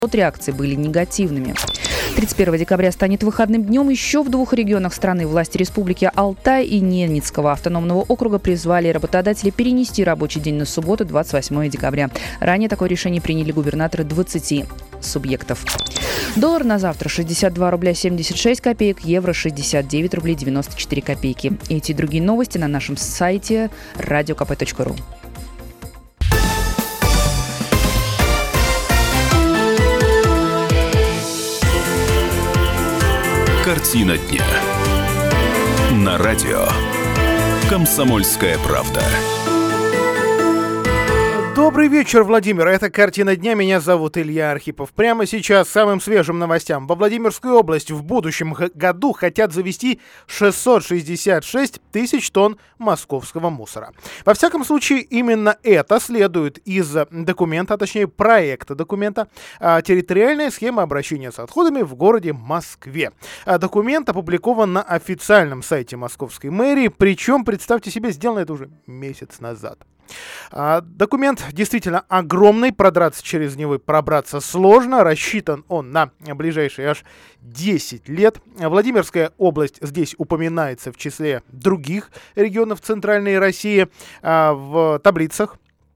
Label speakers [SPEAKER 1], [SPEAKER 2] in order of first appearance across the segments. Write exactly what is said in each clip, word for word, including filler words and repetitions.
[SPEAKER 1] Вот реакции были негативными. тридцать первого декабря станет выходным днем. Еще в двух регионах страны власти Республики Алтай и Ненецкого автономного округа призвали работодателей перенести рабочий день на субботу, двадцать восьмого декабря. Ранее такое решение приняли губернаторы двадцати субъектов. Доллар на завтра шестьдесят два рубля семьдесят шесть копеек, евро шестьдесят девять рублей девяносто четыре копейки. Эти и другие новости на нашем сайте радио ка пэ точка ру.
[SPEAKER 2] Картина дня. На радио «Комсомольская правда».
[SPEAKER 3] Добрый вечер, Владимир. Это «Картина дня». Меня зовут Илья Архипов. Прямо сейчас самым свежим новостям. Во Владимирскую область в будущем году хотят завести шестьсот шестьдесят шесть тысяч тонн московского мусора. Во всяком случае, именно это следует из документа, а точнее проекта документа «Территориальная схема обращения с отходами в городе Москве». Документ опубликован на официальном сайте московской мэрии, причем, представьте себе, сделано это уже месяц назад. Документ действительно огромный, продраться через него, пробраться сложно, рассчитан он на ближайшие аж десять лет. Владимирская область здесь упоминается в числе других регионов Центральной России в таблицах.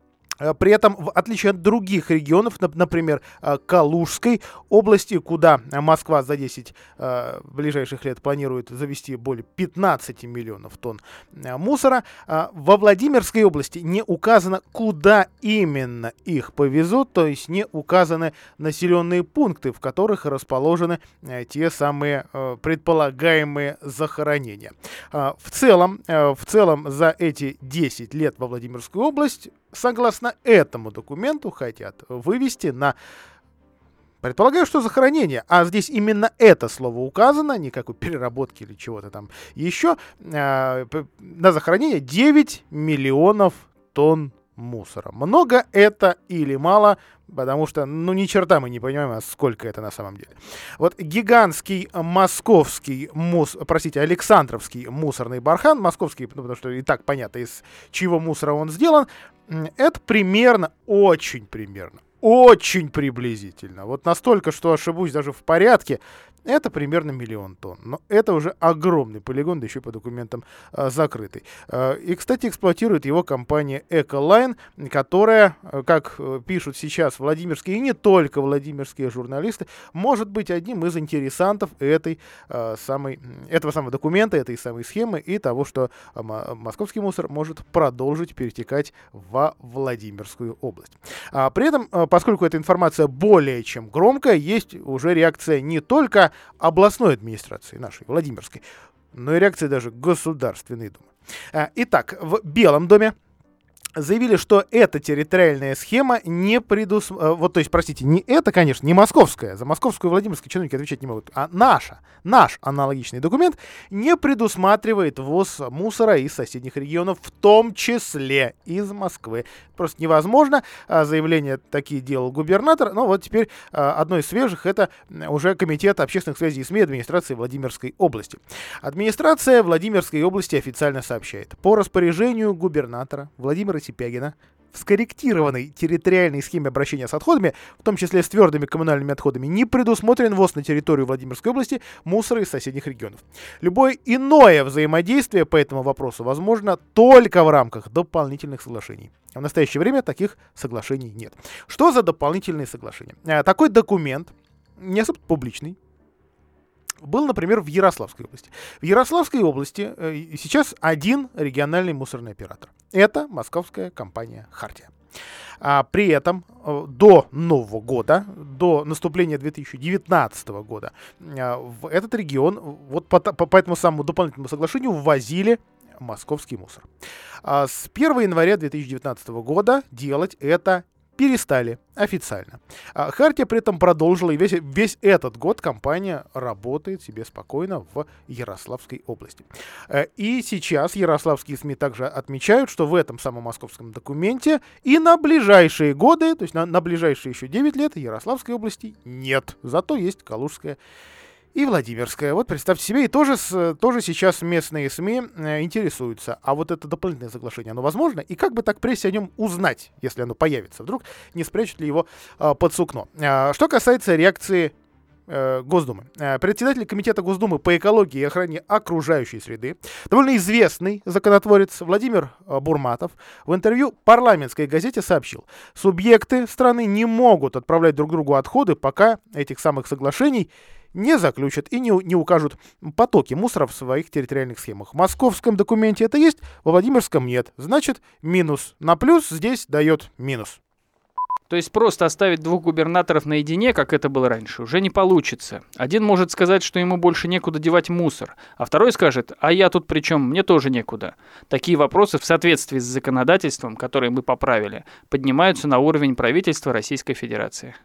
[SPEAKER 3] При этом, в отличие от других регионов, например, Калужской области, куда Москва за десять э, ближайших лет планирует завести более пятнадцати миллионов тонн мусора, э, во Владимирской области не указано, куда именно их повезут, то есть не указаны населенные пункты, в которых расположены э, те самые э, предполагаемые захоронения. Э, в целом, э, в целом за эти десять лет во Владимирскую область, согласно этому документу, хотят вывести на, предполагаю, что захоронение, а здесь именно это слово указано, никакой переработки или чего-то там еще, э, на захоронение девять миллионов тонн мусора. Много это или мало? Потому что, ну, ни черта мы не понимаем, а сколько это на самом деле. Вот гигантский московский, мус, простите, Александровский мусорный бархан, московский, ну, потому что и так понятно, из чьего мусора он сделан, это примерно, очень примерно, очень приблизительно. Вот настолько, что ошибусь даже в порядке, это примерно миллион тонн. Но это уже огромный полигон, да еще по документам а, закрытый. А, и, кстати, эксплуатирует его компания Эколайн, которая, как пишут сейчас владимирские и не только владимирские журналисты, может быть одним из интересантов этой, а, самой, этого самого документа, этой самой схемы и того, что а, московский мусор может продолжить перетекать во Владимирскую область. А, при этом, а, поскольку эта информация более чем громкая, есть уже реакция не только областной администрации нашей, Владимирской, но и реакция даже Государственной Думы. Итак, в Белом доме заявили, что эта территориальная схема не предусмотрена, вот, то есть, простите, не это, конечно, не московская, за московскую и владимирскую чиновники отвечать не могут, а наша, наш аналогичный документ не предусматривает ввоз мусора из соседних регионов, в том числе из Москвы. Просто невозможно, заявления такие делал губернатор, но вот теперь одно из свежих, это уже Комитет общественных связей и СМИ администрации Владимирской области. Администрация Владимирской области официально сообщает, по распоряжению губернатора Владимира Сипягина в скорректированной территориальной схеме обращения с отходами, в том числе с твердыми коммунальными отходами, не предусмотрен ввоз на территорию Владимирской области мусора из соседних регионов. Любое иное взаимодействие по этому вопросу возможно только в рамках дополнительных соглашений. В настоящее время таких соглашений нет. Что за дополнительные соглашения? Такой документ, не особо публичный, был, например, в Ярославской области. В Ярославской области э, сейчас один региональный мусорный оператор. Это московская компания «Хартия». А при этом э, до Нового года, до наступления две тысячи девятнадцатого года, э, в этот регион вот по, по, по этому самому дополнительному соглашению ввозили московский мусор. А с первого января две тысячи девятнадцатого года делать это перестали официально. А Хартия при этом продолжила, и весь, весь этот год компания работает себе спокойно в Ярославской области. И сейчас ярославские СМИ также отмечают, что в этом самом московском документе и на ближайшие годы, то есть на, на ближайшие еще девять лет Ярославской области нет. Зато есть Калужская и Владимирская. Вот представьте себе, и тоже, с, тоже сейчас местные СМИ э, интересуются, а вот это дополнительное соглашение, оно возможно? И как бы так прессе о нем узнать, если оно появится? Вдруг не спрячут ли его э, под сукно? Э, что касается реакции э, Госдумы. Э, председатель Комитета Госдумы по экологии и охране окружающей среды, довольно известный законотворец Владимир э, Бурматов, в интервью парламентской газете сообщил: субъекты страны не могут отправлять друг другу отходы, пока этих самых соглашений не заключат и не, не укажут потоки мусора в своих территориальных схемах. В московском документе это есть, во Владимирском нет. Значит, минус на плюс здесь дает минус.
[SPEAKER 4] То есть просто оставить двух губернаторов наедине, как это было раньше, уже не получится. Один может сказать, что ему больше некуда девать мусор, а второй скажет: а я тут при чем, мне тоже некуда. Такие вопросы в соответствии с законодательством, которое мы поправили, поднимаются на уровень правительства Российской Федерации.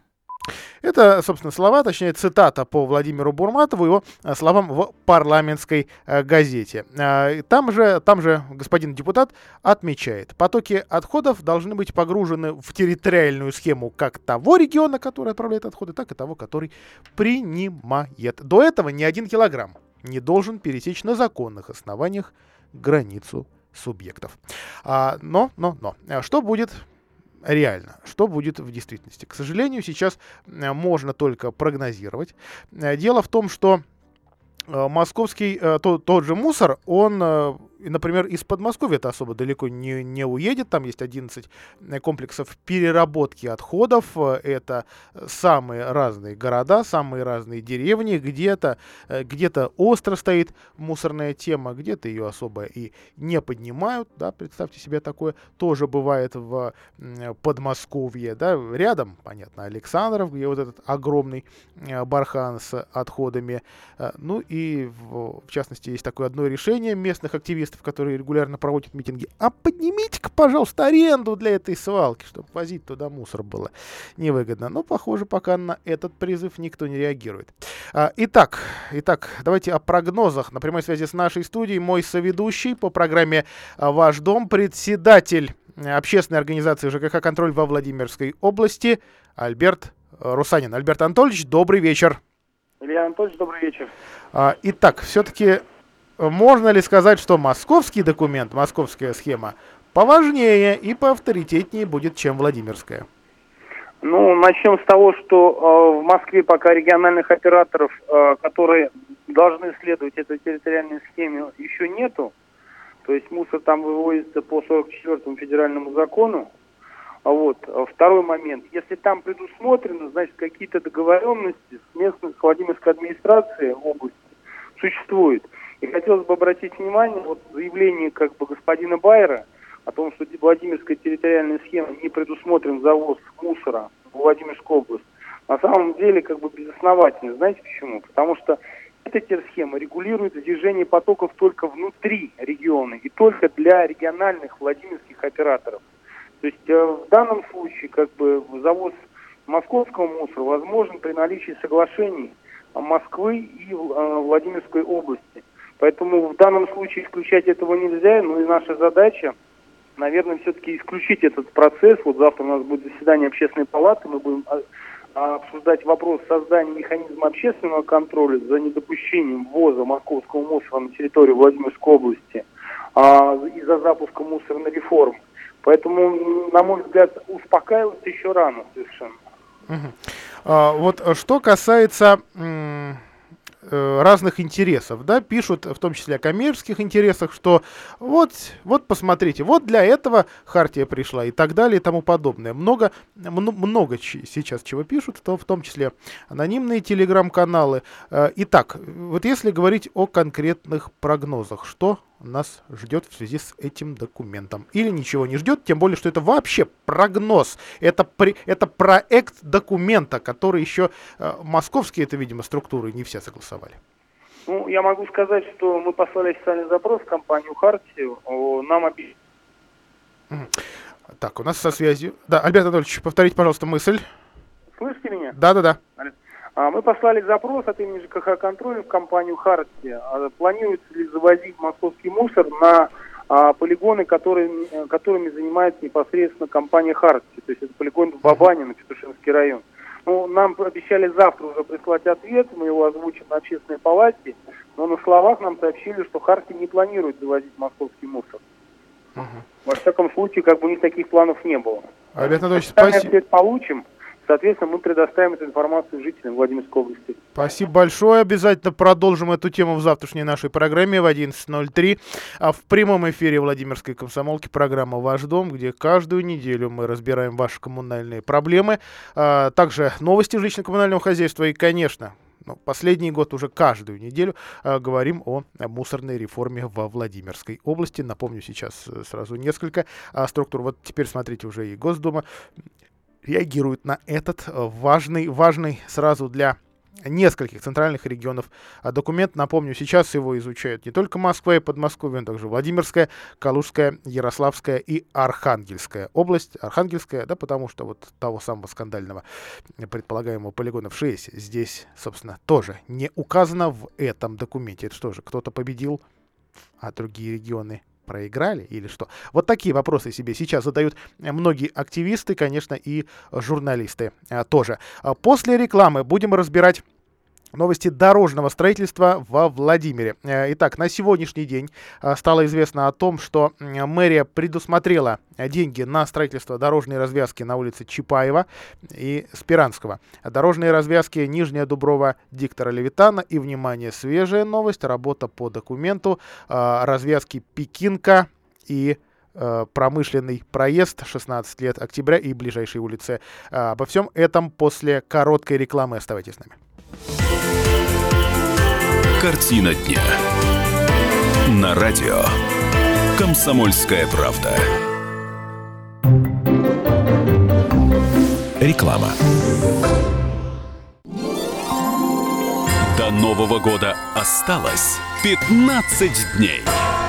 [SPEAKER 3] Это, собственно, слова, точнее, цитата по Владимиру Бурматову, его словам в парламентской э, газете. Э, там же, там же господин депутат отмечает: потоки отходов должны быть погружены в территориальную схему как того региона, который отправляет отходы, так и того, который принимает. До этого ни один килограмм не должен пересечь на законных основаниях границу субъектов. А, но, но, но, что будет реально, что будет в действительности? К сожалению, сейчас можно только прогнозировать. Дело в том, что московский, тот, тот же мусор, он, например, из Подмосковья-то особо далеко не, не уедет. Там есть одиннадцать комплексов переработки отходов. Это самые разные города, самые разные деревни. Где-то, где-то остро стоит мусорная тема, где-то ее особо и не поднимают. Да, представьте себе, такое тоже бывает в Подмосковье. Да. Рядом, понятно, Александров, где вот этот огромный бархан с отходами. Ну и, в, в частности, есть такое одно решение местных активистов, которые регулярно проводят митинги: а поднимите-ка, пожалуйста, аренду для этой свалки, чтобы возить туда мусор было невыгодно. Но, похоже, пока на этот призыв никто не реагирует. А, итак, итак, давайте о прогнозах. На прямой связи с нашей студией мой соведущий по программе «Ваш дом», председатель общественной организации ЖКХ «Контроль» во Владимирской области Альберт Русанин. Альберт Анатольевич, добрый вечер.
[SPEAKER 5] Илья Анатольевич, добрый вечер.
[SPEAKER 3] А, итак, все-таки можно ли сказать, что московский документ, московская схема поважнее и поавторитетнее будет, чем Владимирская?
[SPEAKER 5] Ну, начнем с того, что э, в Москве пока региональных операторов, э, которые должны следовать этой территориальной схеме, еще нету. То есть мусор там вывозится по сорок четвёртому федеральному закону. Вот. Второй момент. Если там предусмотрено, значит, какие-то договоренности с местной, с Владимирской администрацией области существуют. И хотелось бы обратить внимание, вот заявление как бы господина Байера о том, что Владимирская территориальная схема не предусмотрен завоз мусора в Владимирскую область, на самом деле как бы безосновательно. Знаете почему? Потому что эта терсхема регулирует движение потоков только внутри региона и только для региональных владимирских операторов. То есть э, в данном случае как бы завоз московского мусора возможен при наличии соглашений Москвы и э, Владимирской области. Поэтому в данном случае исключать этого нельзя. Ну и наша задача, наверное, все-таки исключить этот процесс. Вот завтра у нас будет заседание общественной палаты. Мы будем а, обсуждать вопрос создания механизма общественного контроля за недопущением ввоза московского мусора на территорию Владимирской области а, и за запуском мусорной реформы. Поэтому, на мой взгляд, успокаиваться еще рано совершенно.
[SPEAKER 3] Угу. А, вот что касается м- разных интересов, да, пишут в том числе о коммерческих интересах, что вот, вот посмотрите, вот для этого хартия пришла и так далее и тому подобное. Много, много ч- сейчас чего пишут, то в том числе анонимные телеграм-каналы. Итак, вот если говорить о конкретных прогнозах, что нас ждет в связи с этим документом? Или ничего не ждет, тем более, что это вообще прогноз. Это, при, это проект документа, который еще э, московские, это, видимо, структуры не все согласовали.
[SPEAKER 5] Ну, я могу сказать, что мы послали официальный запрос в компанию «Хартию». Нам обещали.
[SPEAKER 3] Так, у нас со связью. Да, Альберт Анатольевич, повторите, пожалуйста, мысль.
[SPEAKER 5] Слышите меня?
[SPEAKER 3] Да-да-да.
[SPEAKER 5] Мы послали запрос от имени ЖКХ «Контроль» в компанию «Хартия». Планируется ли завозить московский мусор на а, полигоны, которые, которыми занимается непосредственно компания «Хартия». То есть это полигон в Бабане, на Петушинский район. Ну, нам обещали завтра уже прислать ответ, мы его озвучим на общественной палате, но на словах нам сообщили, что Харьков не планирует завозить московский мусор. Угу. Во всяком случае, как бы у них таких планов не было.
[SPEAKER 3] Альберт Анатольевич,
[SPEAKER 5] спасибо.
[SPEAKER 3] спасибо.
[SPEAKER 5] Ответ получим. Соответственно, мы предоставим эту информацию жителям Владимирской области.
[SPEAKER 3] Спасибо большое. Обязательно продолжим эту тему в завтрашней нашей программе в одиннадцать ноль три. А в прямом эфире Владимирской комсомолки программа «Ваш дом», где каждую неделю мы разбираем ваши коммунальные проблемы. А также новости жилищно-коммунального хозяйства и, конечно, ну, последний год уже каждую неделю а, говорим о, о мусорной реформе во Владимирской области. Напомню сейчас сразу несколько а, структур. Вот теперь смотрите, уже и Госдума реагирует на этот важный, важный сразу для нескольких центральных регионов документ. Напомню, сейчас его изучают не только Москва и Подмосковье, но также Владимирская, Калужская, Ярославская и Архангельская область. Архангельская, да, потому что вот того самого скандального предполагаемого полигона в ШИЭСе здесь, собственно, тоже не указано в этом документе. Это что же, кто-то победил, а другие регионы проиграли или что? Вот такие вопросы себе сейчас задают многие активисты, конечно, и журналисты а, тоже. После рекламы будем разбирать новости дорожного строительства во Владимире. Итак, на сегодняшний день стало известно о том, что мэрия предусмотрела деньги на строительство дорожной развязки на улице Чапаева и Спиранского. Дорожные развязки Нижняя Дуброва, Диктора Левитана и, внимание, свежая новость, работа по документу развязки Пекинка и промышленный проезд, шестнадцать лет октября и ближайшие улицы. Обо всем этом после короткой рекламы. Оставайтесь с нами.
[SPEAKER 2] Картина дня. На радио «Комсомольская правда». Реклама. До Нового года осталось пятнадцать дней.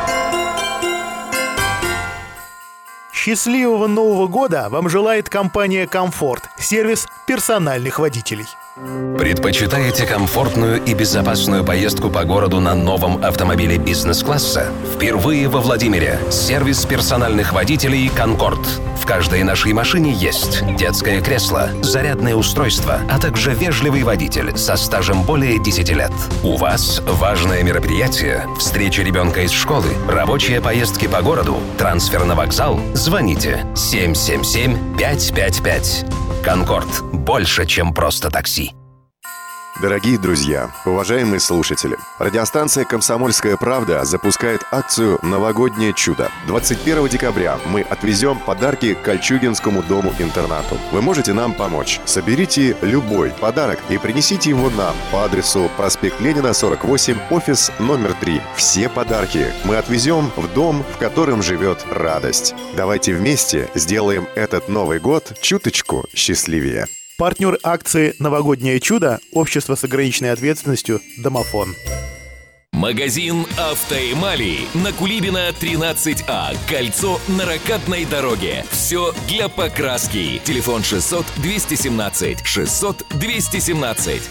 [SPEAKER 3] Счастливого Нового года вам желает компания «Комфорт», сервис персональных водителей.
[SPEAKER 6] Предпочитаете комфортную и безопасную поездку по городу на новом автомобиле бизнес-класса? Впервые во Владимире сервис персональных водителей «Конкорд». В каждой нашей машине есть детское кресло, зарядное устройство, а также вежливый водитель со стажем более десяти лет. У вас важное мероприятие, встреча ребенка из школы, рабочие поездки по городу, трансфер на вокзал? Звоните семь семь семь пять пять пять. «Конкорд» — больше, чем просто такси.
[SPEAKER 7] Дорогие друзья, уважаемые слушатели, радиостанция «Комсомольская правда» запускает акцию «Новогоднее чудо». двадцать первого декабря мы отвезем подарки к Кольчугинскому дому-интернату. Вы можете нам помочь. Соберите любой подарок и принесите его нам по адресу проспект Ленина, сорок восемь, офис номер три. Все подарки мы отвезем в дом, в котором живет радость. Давайте вместе сделаем этот Новый год чуточку счастливее.
[SPEAKER 3] Партнер акции «Новогоднее чудо» – общество с ограниченной ответственностью «Домофон».
[SPEAKER 8] Магазин «Автоэмали» на Кулибина, тринадцать А. Кольцо на Ракатной дороге. Все для покраски. Телефон шестьсот двести семнадцать шестьсот двести семнадцать.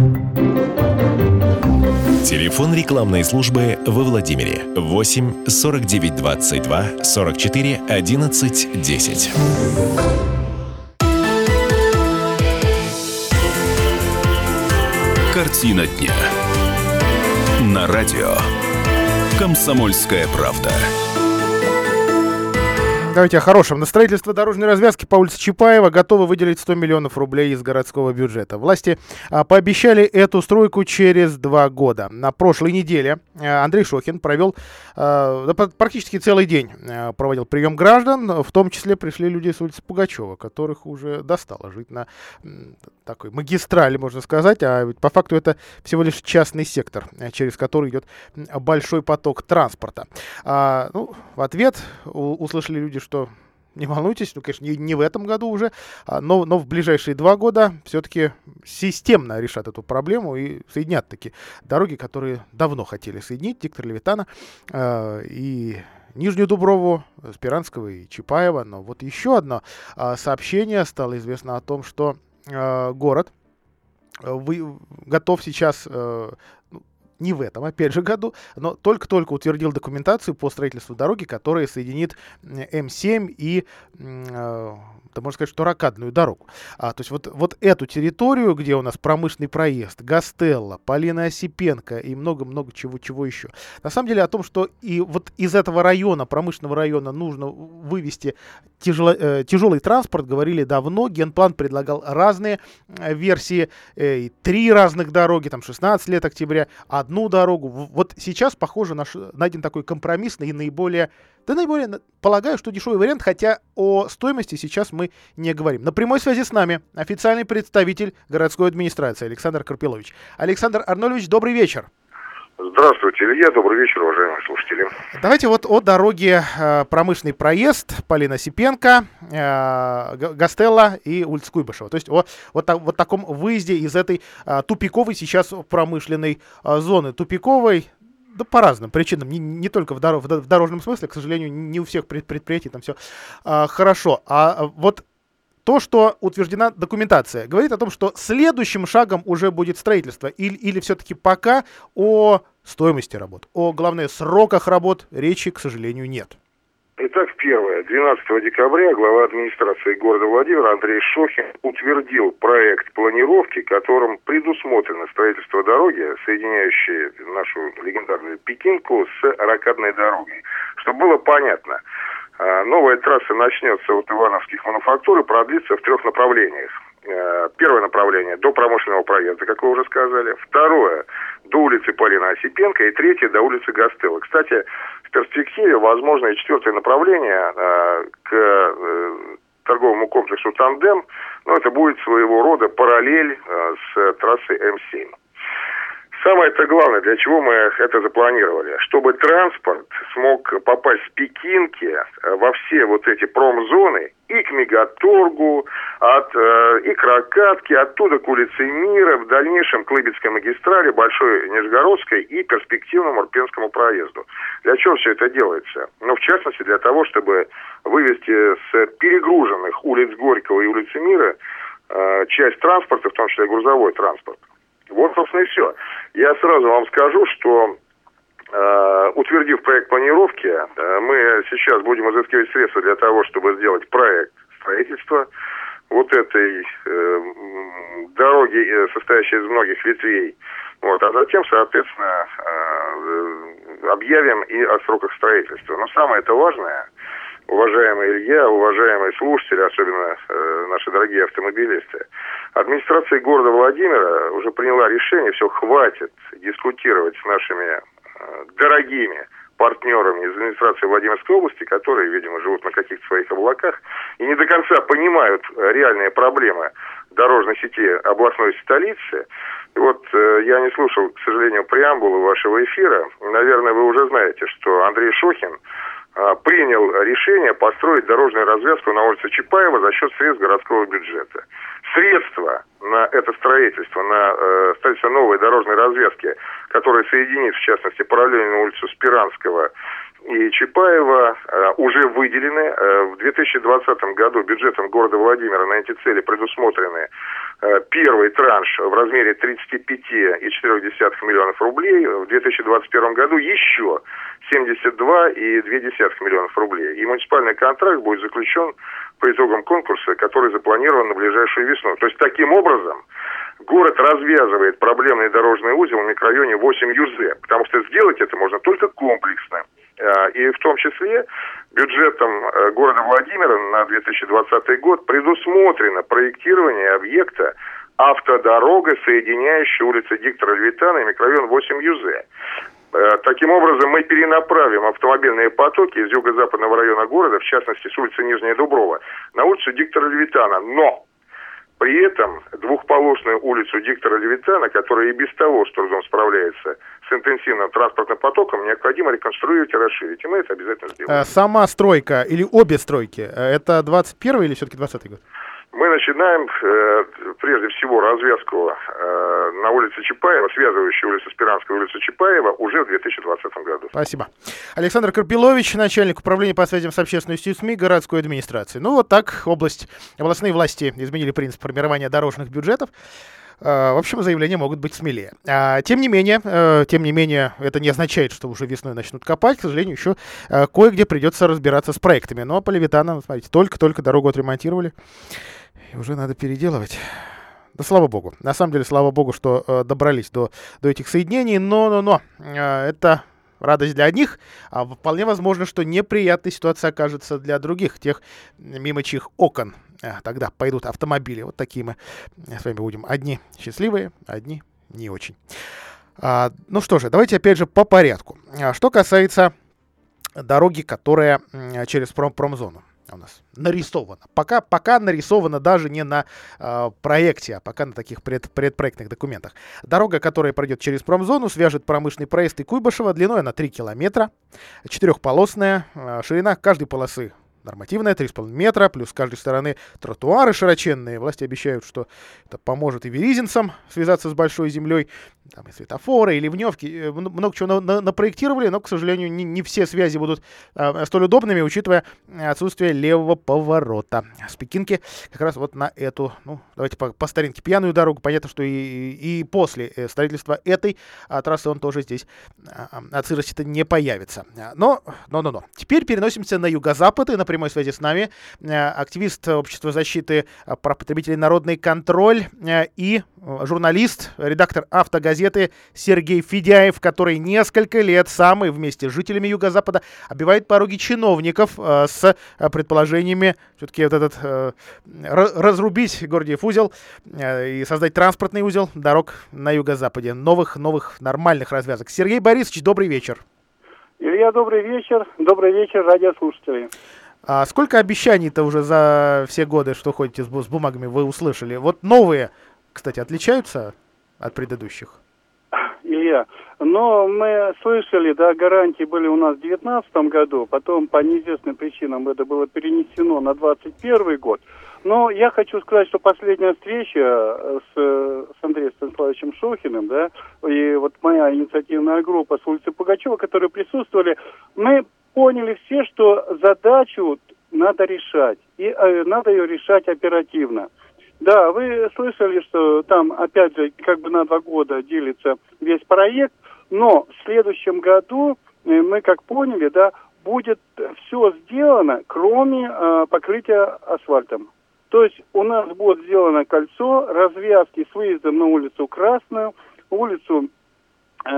[SPEAKER 9] Телефон рекламной службы во Владимире. восемь сорок девять двадцать два сорок четыре одиннадцать десять.
[SPEAKER 2] Картина дня. На радио «Комсомольская правда».
[SPEAKER 3] Давайте о хорошем. На строительство дорожной развязки по улице Чапаева готовы выделить сто миллионов рублей из городского бюджета. Власти а, пообещали эту стройку через два года. На прошлой неделе а, Андрей Шохин провел а, практически целый день а, проводил прием граждан. В том числе пришли люди с улицы Пугачева, которых уже достало жить на м, такой магистрали, можно сказать. А ведь по факту это всего лишь частный сектор, через который идет большой поток транспорта. А, ну, в ответ у, услышали люди, что не волнуйтесь, ну, конечно, не, не в этом году уже, а, но, но в ближайшие два года все-таки системно решат эту проблему и соединят такие дороги, которые давно хотели соединить, Диктора Левитана э, и Нижнюю Дуброву, Спиранского и Чапаева. Но вот еще одно э, сообщение стало известно о том, что э, город э, вы, готов сейчас... Э, не в этом, опять же, году, но только-только утвердил документацию по строительству дороги, которая соединит Эм семь и, э, да, можно сказать, что ракадную дорогу. А, то есть вот, вот эту территорию, где у нас промышленный проезд, Гастелло, Полина Осипенко и много-много чего, чего еще. На самом деле о том, что и вот из этого района, промышленного района, нужно вывести тяжело, э, тяжелый транспорт, говорили давно. Генплан предлагал разные э, версии, э, три разных дороги, там шестнадцать лет октября, одну дорогу. Вот сейчас, похоже, наш, найден такой компромиссный и наиболее, да наиболее, полагаю, что дешевый вариант, хотя о стоимости сейчас мы не говорим. На прямой связи с нами официальный представитель городской администрации Александр Карпилович. Александр Арнольевич, добрый вечер.
[SPEAKER 10] Здравствуйте, Илья. Добрый вечер, уважаемые слушатели.
[SPEAKER 3] Давайте вот о дороге э, промышленный проезд, Полина Осипенко, э, Гастелло и улица Куйбышева. То есть о вот, та, вот таком выезде из этой э, тупиковой сейчас промышленной э, зоны. Тупиковой, да, по разным причинам, не, не только в, дорог, в дорожном смысле, к сожалению, не у всех предприятий там все э, хорошо. А вот то, что утверждена документация, говорит о том, что следующим шагом уже будет строительство. Или, или все-таки пока о стоимости работ, о, главное, сроках работ речи, к сожалению, нет.
[SPEAKER 10] Итак, первое. двенадцатого декабря глава администрации города Владимира Андрей Шохин утвердил проект планировки, которым предусмотрено строительство дороги, соединяющей нашу легендарную Пекинку с ракадной дорогой. Чтобы было понятно, новая трасса начнется от Ивановских мануфактур и продлится в трех направлениях. Первое направление до промышленного проезда, как вы уже сказали. Второе до улицы Полина Осипенко. И третье до улицы Гастелло. Кстати, в перспективе возможно и четвертое направление к торговому комплексу «Тандем». Но это будет своего рода параллель с трассой Эм семь. Самое-то главное, для чего мы это запланировали, чтобы транспорт смог попасть с Пекинки во все вот эти промзоны и к Мегаторгу, от, э, и к Ракатке, оттуда к улице Мира, в дальнейшем к Лыбецкой магистрали, Большой Нижегородской и перспективному Урпенскому проезду. Для чего все это делается? Ну, в частности, для того, чтобы вывести с перегруженных улиц Горького и улицы Мира э, часть транспорта, в том числе грузовой транспорт. Вот, собственно, и все. Я сразу вам скажу, что э, утвердив проект планировки, э, мы сейчас будем изыскивать средства для того, чтобы сделать проект строительства вот этой э, дороги, состоящей из многих ветвей. Вот, а затем, соответственно, э, объявим и о сроках строительства. Но самое это важное, уважаемый Илья, уважаемые слушатели, особенно э, наши дорогие автомобилисты, администрация города Владимира уже приняла решение, все, хватит дискутировать с нашими э, дорогими партнерами из администрации Владимирской области, которые, видимо, живут на каких-то своих облаках и не до конца понимают реальные проблемы дорожной сети областной столицы. И вот э, я не слушал, к сожалению, преамбулу вашего эфира. Наверное, вы уже знаете, что Андрей Шохин принял решение построить дорожную развязку на улице Чапаева за счет средств городского бюджета. Средства на это строительство, на э, строительство новой дорожной развязки, которая соединит, в частности, параллельно улицу Спиранского и Чапаева, э, уже выделены. Э, в две тысячи двадцатом году бюджетом города Владимира на эти цели предусмотрены э, первый транш в размере тридцать пять целых четыре десятых миллионов рублей. В две тысячи двадцать первом году еще семьдесят два целых две десятых миллионов рублей. И муниципальный контракт будет заключен по итогам конкурса, который запланирован на ближайшую весну. То есть таким образом город развязывает проблемный дорожный узел в микрорайоне восемь Ю З, потому что сделать это можно только комплексно. И в том числе бюджетом города Владимира на две тысячи двадцатый год предусмотрено проектирование объекта автодорога, соединяющая улицы Диктора Левитана и микрорайон восемь Ю З. Таким образом, мы перенаправим автомобильные потоки из юго-западного района города, в частности, с улицы Нижняя Дуброва, на улицу Диктора Левитана. Но при этом двухполосную улицу Диктора Левитана, которая и без того с трудом справляется с интенсивным транспортным потоком, необходимо реконструировать и расширить. И мы это обязательно сделаем.
[SPEAKER 3] Сама стройка или обе стройки, это двадцать первый или все-таки двадцатый год?
[SPEAKER 10] Мы начинаем, э, прежде всего, развязку э, на улице Чапаева, связывающую улицу Спиранскую и улицу Чапаева, уже в две тысячи двадцатом году.
[SPEAKER 3] Спасибо. Александр Карпилович, начальник управления по связям с общественностью и СМИ городской администрации. Ну вот так область, областные власти изменили принцип формирования дорожных бюджетов. В общем, заявления могут быть смелее. А, тем не менее, тем не менее, это не означает, что уже весной начнут копать. К сожалению, еще кое-где придется разбираться с проектами. Но по Левитанам, смотрите, только-только дорогу отремонтировали. И уже надо переделывать. Да слава богу. На самом деле, слава богу, что э, добрались до, до этих соединений. Но-но-но. Э, это радость для одних, а вполне возможно, что неприятная ситуация окажется для других, тех, мимо чьих окон э, тогда пойдут автомобили. Вот такие мы с вами будем. Одни счастливые, одни не очень. А, ну что же, давайте опять же по порядку. А, что касается дороги, которая э, через пром- промзону у нас нарисовано. Пока, пока нарисовано даже не на э, проекте, а пока на таких пред, предпроектных документах. Дорога, которая пройдет через промзону, свяжет промышленный проезд и Куйбышево. Длиной она три километра. Четырехполосная. Э, ширина каждой полосы нормативная, три с половиной метра, плюс с каждой стороны тротуары широченные. Власти обещают, что это поможет и веризинцам связаться с большой землей. Там и светофоры, и ливневки. Много чего на- на- напроектировали, но, к сожалению, не, не все связи будут а, столь удобными, учитывая отсутствие левого поворота. С Пекинки как раз вот на эту, ну, давайте по, по старинке, пьяную дорогу. Понятно, что и, и после строительства этой а, трассы он тоже здесь а, от сырости-то не появится. Но, но, но, но. Теперь переносимся на юго-запад, и на прямой связи с нами а, активист Общества защиты прав потребителей «Народный контроль» а, и журналист, редактор «Автогазеты» Сергей Федяев, который несколько лет сам и вместе с жителями Юго-Запада оббивает пороги чиновников э, с э, предположениями все-таки вот этот э, разрубить Гордиев узел э, и создать транспортный узел дорог на Юго-Западе. Новых, новых нормальных развязок. Сергей Борисович, добрый вечер.
[SPEAKER 11] Илья, добрый вечер. Добрый вечер, радиослушатели.
[SPEAKER 3] А сколько обещаний-то уже за все годы, что ходите с, с бумагами, вы услышали? Вот новые, кстати, отличаются от предыдущих?
[SPEAKER 11] Илья, но мы слышали, да, гарантии были у нас в две тысячи девятнадцатом году, потом по неизвестным причинам это было перенесено на двадцать первый год. Но я хочу сказать, что последняя встреча с, с Андреем Станиславовичем Шохиным, да, и вот моя инициативная группа с улицы Пугачева, которые присутствовали, мы поняли все, что задачу надо решать, и э, надо ее решать оперативно. Да, вы слышали, что там, опять же, как бы на два года делится весь проект, но в следующем году, мы как поняли, да, будет все сделано, кроме э, покрытия асфальтом. То есть у нас будет сделано кольцо, развязки с выездом на улицу Красную, улицу э,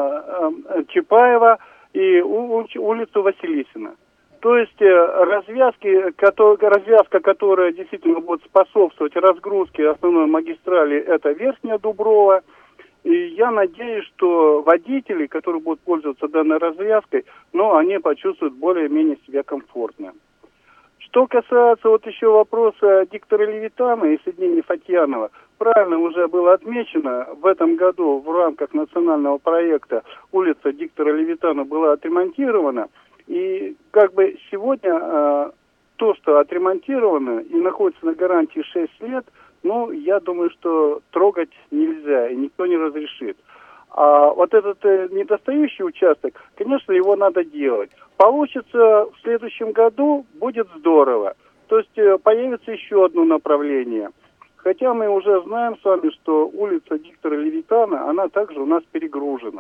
[SPEAKER 11] э, Чапаева и у, улицу Василисина. То есть развязки, развязка, которая действительно будет способствовать разгрузке основной магистрали, это Верхняя Дуброва. И я надеюсь, что водители, которые будут пользоваться данной развязкой, ну, они почувствуют более-менее себя комфортно. Что касается вот еще вопроса диктора Левитана и соединения Фатьянова, правильно уже было отмечено, в этом году в рамках национального проекта улица диктора Левитана была отремонтирована. И как бы сегодня э, то, что отремонтировано и находится на гарантии шесть лет, ну, я думаю, что трогать нельзя и никто не разрешит. А вот этот э, недостающий участок, конечно, его надо делать. Получится в следующем году, будет здорово. То есть э, появится еще одно направление. Хотя мы уже знаем с вами, что улица диктора Левитана, она также у нас перегружена.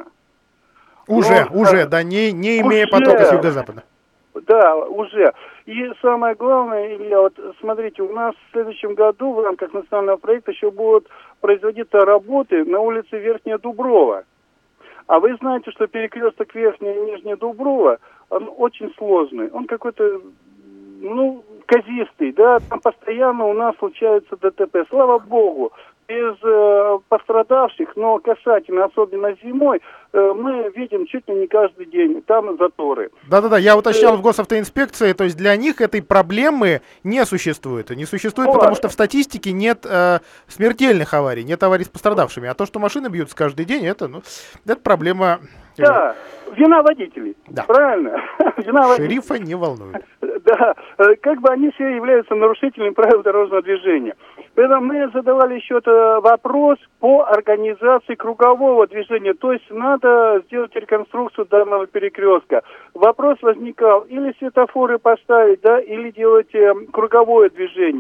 [SPEAKER 3] Уже,
[SPEAKER 11] Но,
[SPEAKER 3] уже,
[SPEAKER 11] а,
[SPEAKER 3] да, не, не имея
[SPEAKER 11] уже,
[SPEAKER 3] потока с юго-запада.
[SPEAKER 11] Да, уже. И самое главное, Илья, вот смотрите, у нас в следующем году в рамках национального проекта еще будут производиться работы на улице Верхняя Дуброва. А вы знаете, что перекресток Верхняя и Нижняя Дуброва, он очень сложный. Он какой-то, ну, казистый, да, там постоянно у нас случаются ДТП. Слава богу, без э, пострадавших, но касательно, особенно зимой, э, мы видим чуть ли не каждый день, там заторы.
[SPEAKER 3] Да-да-да, я уточнял в госавтоинспекции, то есть для них этой проблемы не существует. Не существует,
[SPEAKER 11] О,
[SPEAKER 3] потому что в статистике нет э, смертельных аварий, нет аварий с пострадавшими. А то, что машины бьются каждый день, это, ну, это проблема...
[SPEAKER 11] Да, вина водителей,
[SPEAKER 3] да.
[SPEAKER 11] Правильно? Вина водителей.
[SPEAKER 3] Шерифа не волнует.
[SPEAKER 11] Да, как бы они все являются нарушителями правил дорожного движения. Поэтому мы задавали еще вопрос по организации кругового движения. То есть надо сделать реконструкцию данного перекрестка. Вопрос возникал, или светофоры поставить, да, или делать э, круговое движение.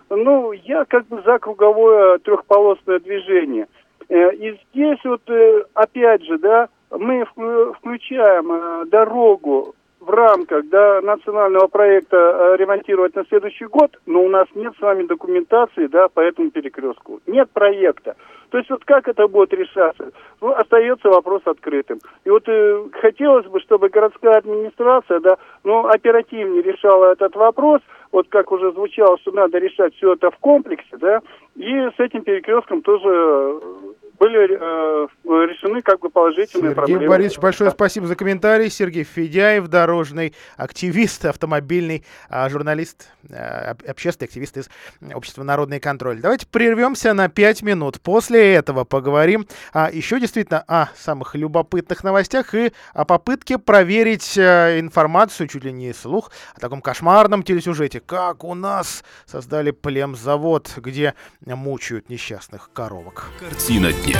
[SPEAKER 11] ну, я как бы за круговое трехполосное движение. И здесь вот, опять же, да, мы включаем дорогу в рамках, да, национального проекта ремонтировать на следующий год, но у нас нет с вами документации, да, по этому перекрестку. Нет проекта. То есть вот как это будет решаться? Ну, остается вопрос открытым. И вот э, хотелось бы, чтобы городская администрация, да, ну, оперативнее решала этот вопрос, вот как уже звучало, что надо решать все это в комплексе, да, и с этим перекрестком тоже были э, решены как бы положительные
[SPEAKER 3] Сергей
[SPEAKER 11] проблемы.
[SPEAKER 3] Сергей Борисович, большое спасибо за комментарий. Сергей Федяев, дорожный активист, автомобильный а, журналист, а, общественный активист из Общества «Народный контроль». Давайте прервемся на пять минут. После этого поговорим а, еще действительно о самых любопытных новостях и о попытке проверить а, информацию, чуть ли не слух, о таком кошмарном телесюжете, как у нас создали племзавод, где мучают несчастных коровок.
[SPEAKER 2] Картина дня.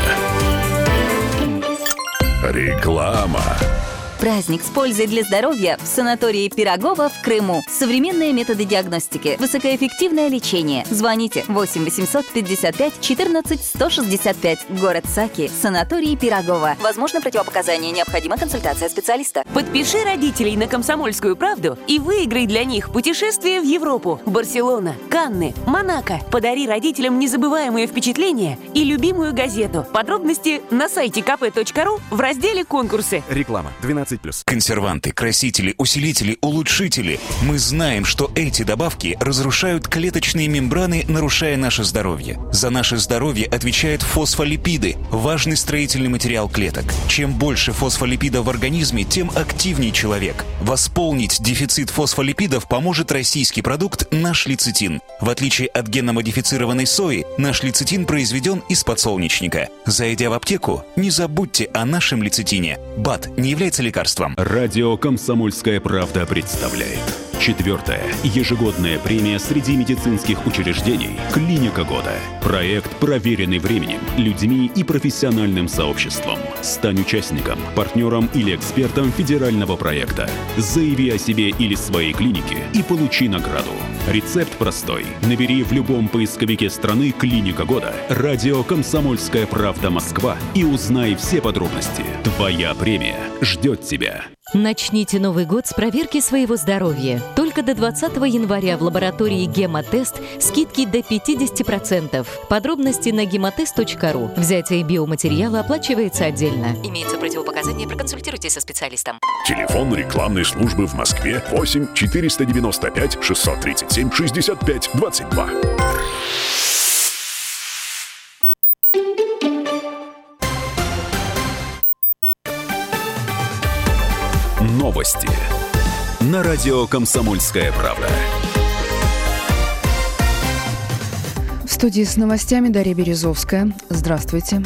[SPEAKER 2] Реклама.
[SPEAKER 12] Праздник с пользой для здоровья в санатории Пирогова в Крыму. Современные методы диагностики, высокоэффективное лечение. Звоните восемь восемьсот пятьдесят пять четырнадцать сто шестьдесят пять. Город Саки. Санаторий Пирогова. Возможно противопоказания. Необходима консультация специалиста.
[SPEAKER 13] Подпиши родителей на «Комсомольскую правду» и выиграй для них путешествие в Европу, Барселона, Канны, Монако. Подари родителям незабываемые впечатления и любимую газету. Подробности на сайте ка пэ точка ру в разделе «Конкурсы».
[SPEAKER 14] Реклама. двенадцать плюс.
[SPEAKER 15] Консерванты, красители, улучшители, улучшители. Мы знаем, что эти добавки разрушают клеточные мембраны, нарушая наше здоровье. За наше здоровье отвечают фосфолипиды, важный строительный материал клеток. Чем больше фосфолипидов в организме, тем активнее человек. Восполнить дефицит фосфолипидов поможет российский продукт «Наш лецитин». В отличие от генно-модифицированной сои, наш лецитин произведен из подсолнечника. Зайдя в аптеку, не забудьте о нашем лецитине. БАД не является лекарством.
[SPEAKER 2] Радио «Комсомольская правда» представляет. Четвертая ежегодная премия среди медицинских учреждений «Клиника года». Проект, проверенный временем, людьми и профессиональным сообществом. Стань участником, партнером или экспертом федерального проекта. Заяви о себе или своей клинике и получи награду. Рецепт простой. Набери в любом поисковике страны «Клиника года», радио «Комсомольская правда» Москва и узнай все подробности. Твоя премия ждет тебя.
[SPEAKER 16] Начните Новый год с проверки своего здоровья. Только до двадцатого января в лаборатории «Гемотест» скидки до пятьдесят процентов. Подробности на гемотест точка ру. Взятие биоматериала оплачивается отдельно.
[SPEAKER 12] Имеются противопоказания, проконсультируйтесь со специалистом.
[SPEAKER 2] Телефон рекламной службы в Москве восемь четыреста девяносто пять шестьсот тридцать семь шестьдесят пять двадцать два. Новости на радио «Комсомольская правда».
[SPEAKER 1] В студии с новостями Дарья Березовская. Здравствуйте.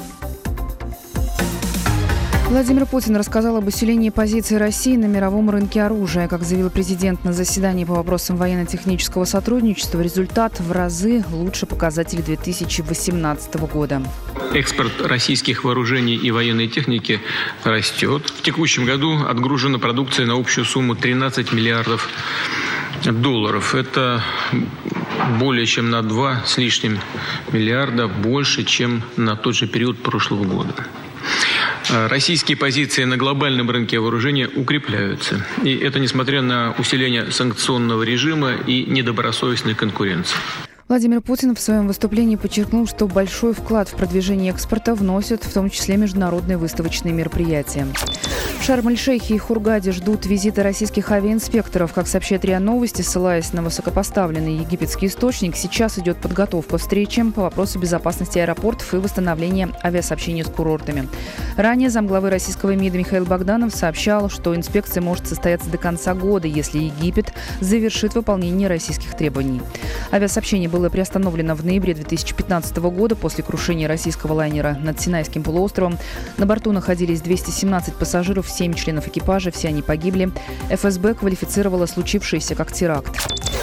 [SPEAKER 1] Владимир Путин рассказал об усилении позиции России на мировом рынке оружия. Как заявил президент на заседании по вопросам военно-технического сотрудничества, результат в разы лучше показателей две тысячи восемнадцатого года.
[SPEAKER 17] Экспорт российских вооружений и военной техники растет. В текущем году отгружена продукция на общую сумму тринадцать миллиардов долларов. Это более чем на два с лишним миллиарда больше, чем на тот же период прошлого года. Российские позиции на глобальном рынке вооружения укрепляются. И это несмотря на усиление санкционного режима и недобросовестной конкуренции.
[SPEAKER 1] Владимир Путин в своем выступлении подчеркнул, что большой вклад в продвижение экспорта вносят в том числе международные выставочные мероприятия. В Шарм-эль-Шейхе и Хургаде ждут визита российских авиаинспекторов. Как сообщает РИА Новости, ссылаясь на высокопоставленный египетский источник, сейчас идет подготовка встречи по вопросу безопасности аэропортов и восстановления авиасообщения с курортами. Ранее замглавы российского МИДа Михаил Богданов сообщал, что инспекция может состояться до конца года, если Египет завершит выполнение российских требований. Авиасообщение было приостановлено в ноябре две тысячи пятнадцатого года после крушения российского лайнера над Синайским полуостровом. На борту находились двести семнадцать пассажиров, семь членов экипажа, все они погибли. эф эс бэ квалифицировала случившееся как теракт.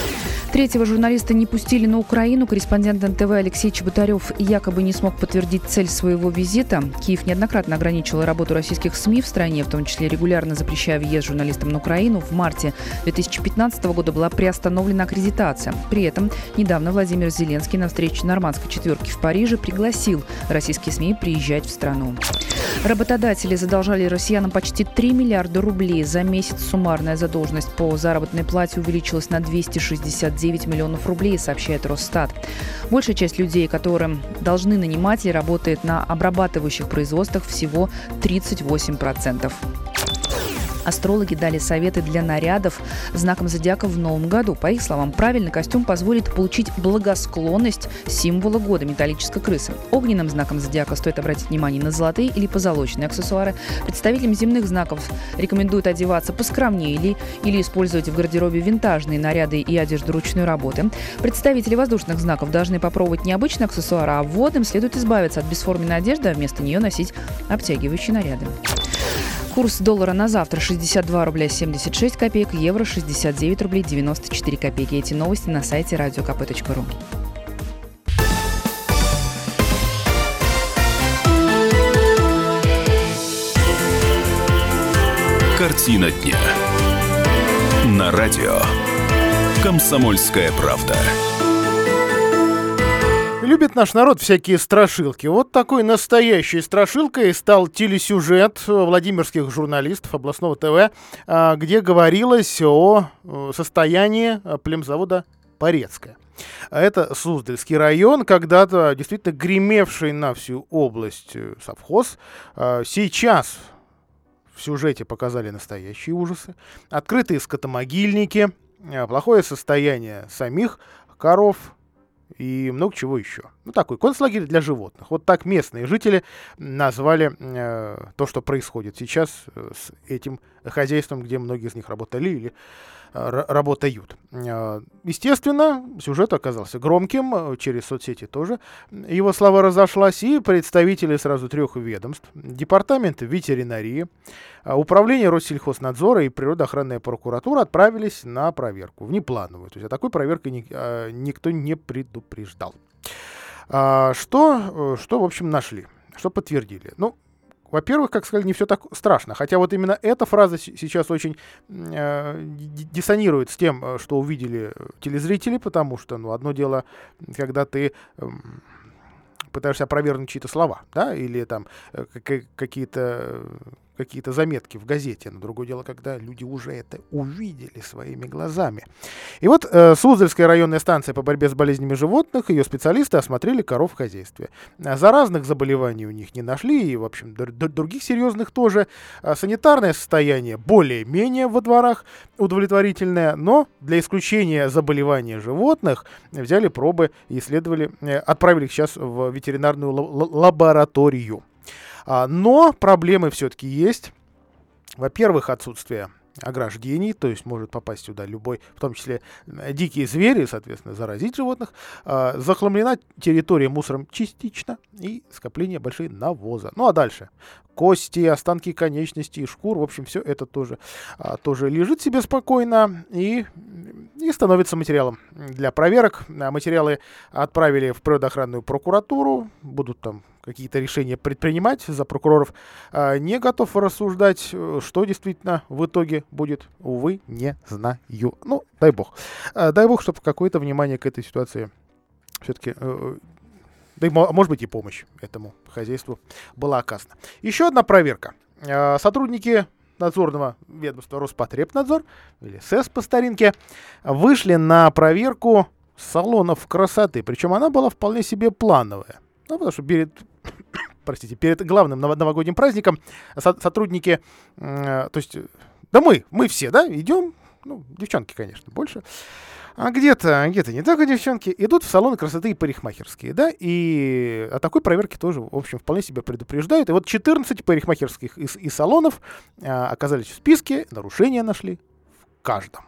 [SPEAKER 1] Третьего журналиста не пустили на Украину. Корреспондент эн тэ вэ Алексей Чеботарев якобы не смог подтвердить цель своего визита. Киев неоднократно ограничивал работу российских СМИ в стране, в том числе регулярно запрещая въезд журналистам на Украину. В марте две тысячи пятнадцатого года была приостановлена аккредитация. При этом недавно Владимир Зеленский на встрече нормандской четверки в Париже пригласил российские СМИ приезжать в страну. Работодатели задолжали россиянам почти три миллиарда рублей. За месяц суммарная задолженность по заработной плате увеличилась на двести шестьдесят девять миллионов рублей, сообщает Росстат. Большая часть людей, которым должны наниматели, работает на обрабатывающих производствах всего тридцать восемь процентов. Астрологи дали советы для нарядов знаком зодиака в новом году. По их словам, правильный костюм позволит получить благосклонность символа года – металлической крысы. Огненным знаком зодиака стоит обратить внимание на золотые или позолоченные аксессуары. Представителям земных знаков рекомендуют одеваться поскромнее или, или использовать в гардеробе винтажные наряды и одежду ручной работы. Представители воздушных знаков должны попробовать необычные аксессуары, а водным следует избавиться от бесформенной одежды, а вместо нее носить обтягивающие наряды. Курс доллара на завтра шестьдесят два рубля семьдесят шесть копеек, евро шестьдесят девять рублей девяносто четыре копейки. Эти новости на сайте радио ка пэ точка ру.
[SPEAKER 2] Картина дня. На радио «Комсомольская правда».
[SPEAKER 3] Любит наш народ всякие страшилки. Вот такой настоящей страшилкой стал телесюжет владимирских журналистов областного тэ вэ, где говорилось о состоянии племзавода «Порецкое». Это Суздальский район, когда-то действительно гремевший на всю область совхоз. Сейчас в сюжете показали настоящие ужасы. Открытые скотомогильники, плохое состояние самих коров и много чего еще. Ну, такой концлагерь для животных. Вот так местные жители назвали э, то, что происходит сейчас э, с этим хозяйством, где многие из них работали или э, работают. Э, естественно, сюжет оказался громким, через соцсети тоже его слава разошлась, и представители сразу трех ведомств: департамента ветеринарии, управление Россельхознадзора и природоохранная прокуратура отправились на проверку, внеплановую. То есть о такой проверке ни, э, никто не предупреждал. А, что, что, в общем, нашли? Что подтвердили? Ну, во-первых, как сказали, не все так страшно. Хотя вот именно эта фраза сейчас очень э, диссонирует с тем, что увидели телезрители, потому что, ну, одно дело, когда ты э, пытаешься опровергнуть чьи-то слова, да, или там э, какие-то... какие-то заметки в газете. Но другое дело, когда люди уже это увидели своими глазами. И вот э, Суздальская районная станция по борьбе с болезнями животных, ее специалисты осмотрели коров в хозяйстве. Заразных заболеваний у них не нашли, и, в общем, д- д- других серьезных тоже. А санитарное состояние более-менее во дворах удовлетворительное, но для исключения заболевания животных взяли пробы и исследовали, э, отправили их сейчас в ветеринарную л- лабораторию. Но проблемы все-таки есть. Во-первых, отсутствие ограждений, то есть может попасть сюда любой, в том числе дикие звери, соответственно, заразить животных. Захламлена территория мусором частично и скопление большие навоза. Ну а дальше кости, останки конечностей, шкур, в общем, все это тоже, тоже лежит себе спокойно и, и становится материалом для проверок. Материалы отправили в природоохранную прокуратуру, будут там какие-то решения предпринимать. За прокуроров а, не готов рассуждать, что действительно в итоге будет, увы, не знаю. Ну, дай бог. А, дай бог, чтобы какое-то внимание к этой ситуации все-таки, э, да и, может быть, и помощь этому хозяйству была оказана. Еще одна проверка. А, сотрудники надзорного ведомства Роспотребнадзор, или СЭС по старинке, вышли на проверку салонов красоты. Причем она была вполне себе плановая. Ну, потому что перед, простите, перед главным новогодним праздником со- сотрудники, э, то есть, да мы, мы все, да, идем, ну, девчонки, конечно, больше, а где-то, где-то не только девчонки, идут в салоны красоты и парикмахерские, да, и о такой проверке тоже, в общем, вполне себя предупреждают. И вот четырнадцать парикмахерских и, и салонов э, оказались в списке, нарушения нашли в каждом.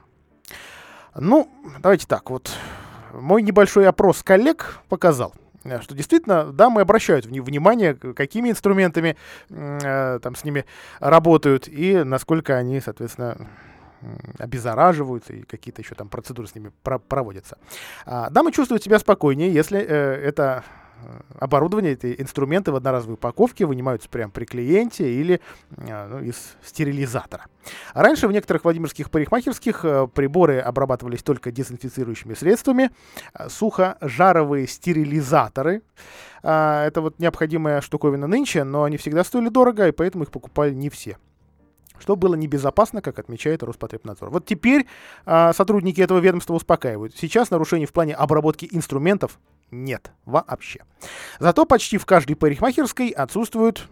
[SPEAKER 3] Ну, давайте так, вот, мой небольшой опрос коллег показал, что действительно дамы обращают внимание, какими инструментами э, там с ними работают и насколько они, соответственно, обеззараживаются, и какие-то еще там процедуры с ними про- проводятся. А, дамы чувствуют себя спокойнее, если э, это оборудование, эти инструменты в одноразовой упаковке вынимаются прямо при клиенте или э, ну, из стерилизатора. Раньше в некоторых владимирских парикмахерских э, приборы обрабатывались только дезинфицирующими средствами, э, сухожаровые стерилизаторы. Э, это вот необходимая штуковина нынче, но они всегда стоили дорого, и поэтому их покупали не все. Что было небезопасно, как отмечает Роспотребнадзор. Вот теперь э, сотрудники этого ведомства успокаивают. Сейчас нарушений в плане обработки инструментов нет вообще. Зато почти в каждой парикмахерской отсутствуют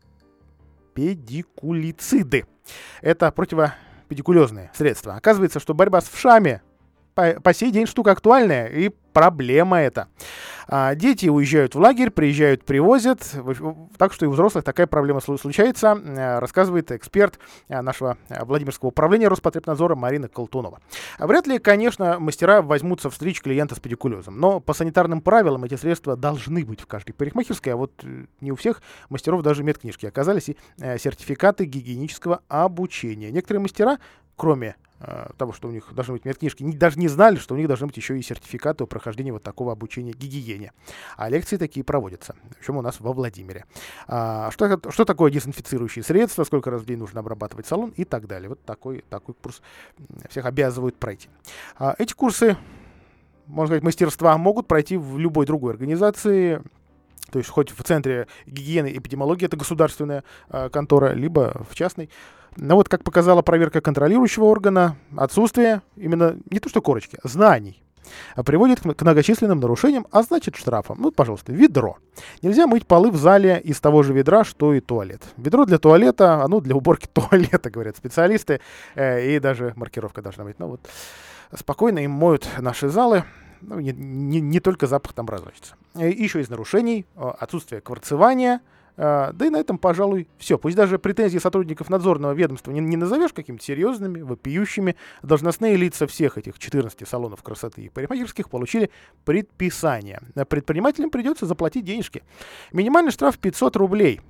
[SPEAKER 3] педикулициды. Это противопедикулезные средства. Оказывается, что борьба с вшами по, по сей день штука актуальная, и проблема эта. А, дети уезжают в лагерь, приезжают, привозят, так что и у взрослых такая проблема случается, рассказывает эксперт нашего Владимирского управления Роспотребнадзора Марина Колтунова. Вряд ли, конечно, мастера возьмутся встричь клиента с педикулезом, но по санитарным правилам эти средства должны быть в каждой парикмахерской, а вот не у всех мастеров даже медкнижки оказались и сертификаты гигиенического обучения. Некоторые мастера, кроме того, что у них должны быть медкнижки, даже не знали, что у них должны быть еще и сертификаты о прохождении вот такого обучения гигиене. А лекции такие проводятся, причем у нас во Владимире. А, что, что такое дезинфицирующие средства, сколько раз в день нужно обрабатывать салон и так далее. Вот такой, такой курс всех обязывают пройти. А, эти курсы, можно сказать, мастерства могут пройти в любой другой организации, то есть хоть в Центре гигиены и эпидемиологии, это государственная э, контора, либо в частной. Но вот, как показала проверка контролирующего органа, отсутствие именно не то что корочки, а знаний приводит к многочисленным нарушениям, а значит штрафам. Ну, пожалуйста, ведро. Нельзя мыть полы в зале из того же ведра, что и туалет. Ведро для туалета, оно для уборки туалета, говорят специалисты, э, и даже маркировка должна быть. Ну вот, спокойно им моют наши залы. Ну, не, не, не только запах там разносится. Еще из нарушений отсутствие кварцевания. Да и на этом, пожалуй, все. Пусть даже претензии сотрудников надзорного ведомства не, не назовешь какими-то серьезными, вопиющими. Должностные лица всех этих четырнадцати салонов красоты и парикмахерских получили предписание. Предпринимателям придется заплатить денежки. Минимальный штраф пятьсот рублей.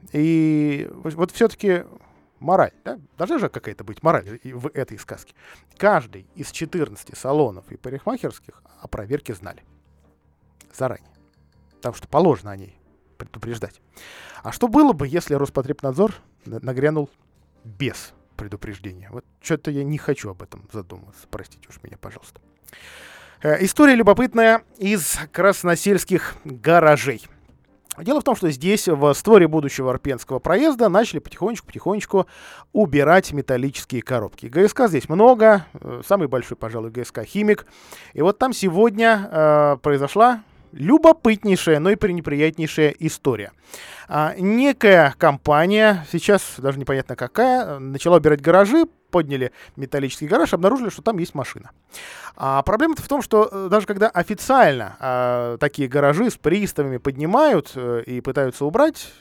[SPEAKER 3] И вот все-таки... Мораль, да? Должна же какая-то быть мораль в этой сказке. Каждый из четырнадцати салонов и парикмахерских о проверке знали. Заранее. Потому что положено о ней предупреждать. А что было бы, если Роспотребнадзор нагрянул без предупреждения? Вот что-то я не хочу об этом задумываться. Простите уж меня, пожалуйста. Э, история любопытная из красносельских гаражей. Дело в том, что здесь, в створе будущего Арпенского проезда, начали потихонечку-потихонечку убирать металлические коробки. ГСК здесь много, самый большой, пожалуй, ГСК «Химик». И вот там сегодня э, произошла любопытнейшая, но и пренеприятнейшая история. А, некая компания, сейчас даже непонятно какая, начала убирать гаражи, подняли металлический гараж, обнаружили, что там есть машина. А проблема-то в том, что даже когда официально а, такие гаражи с приставами поднимают а, и пытаются убрать,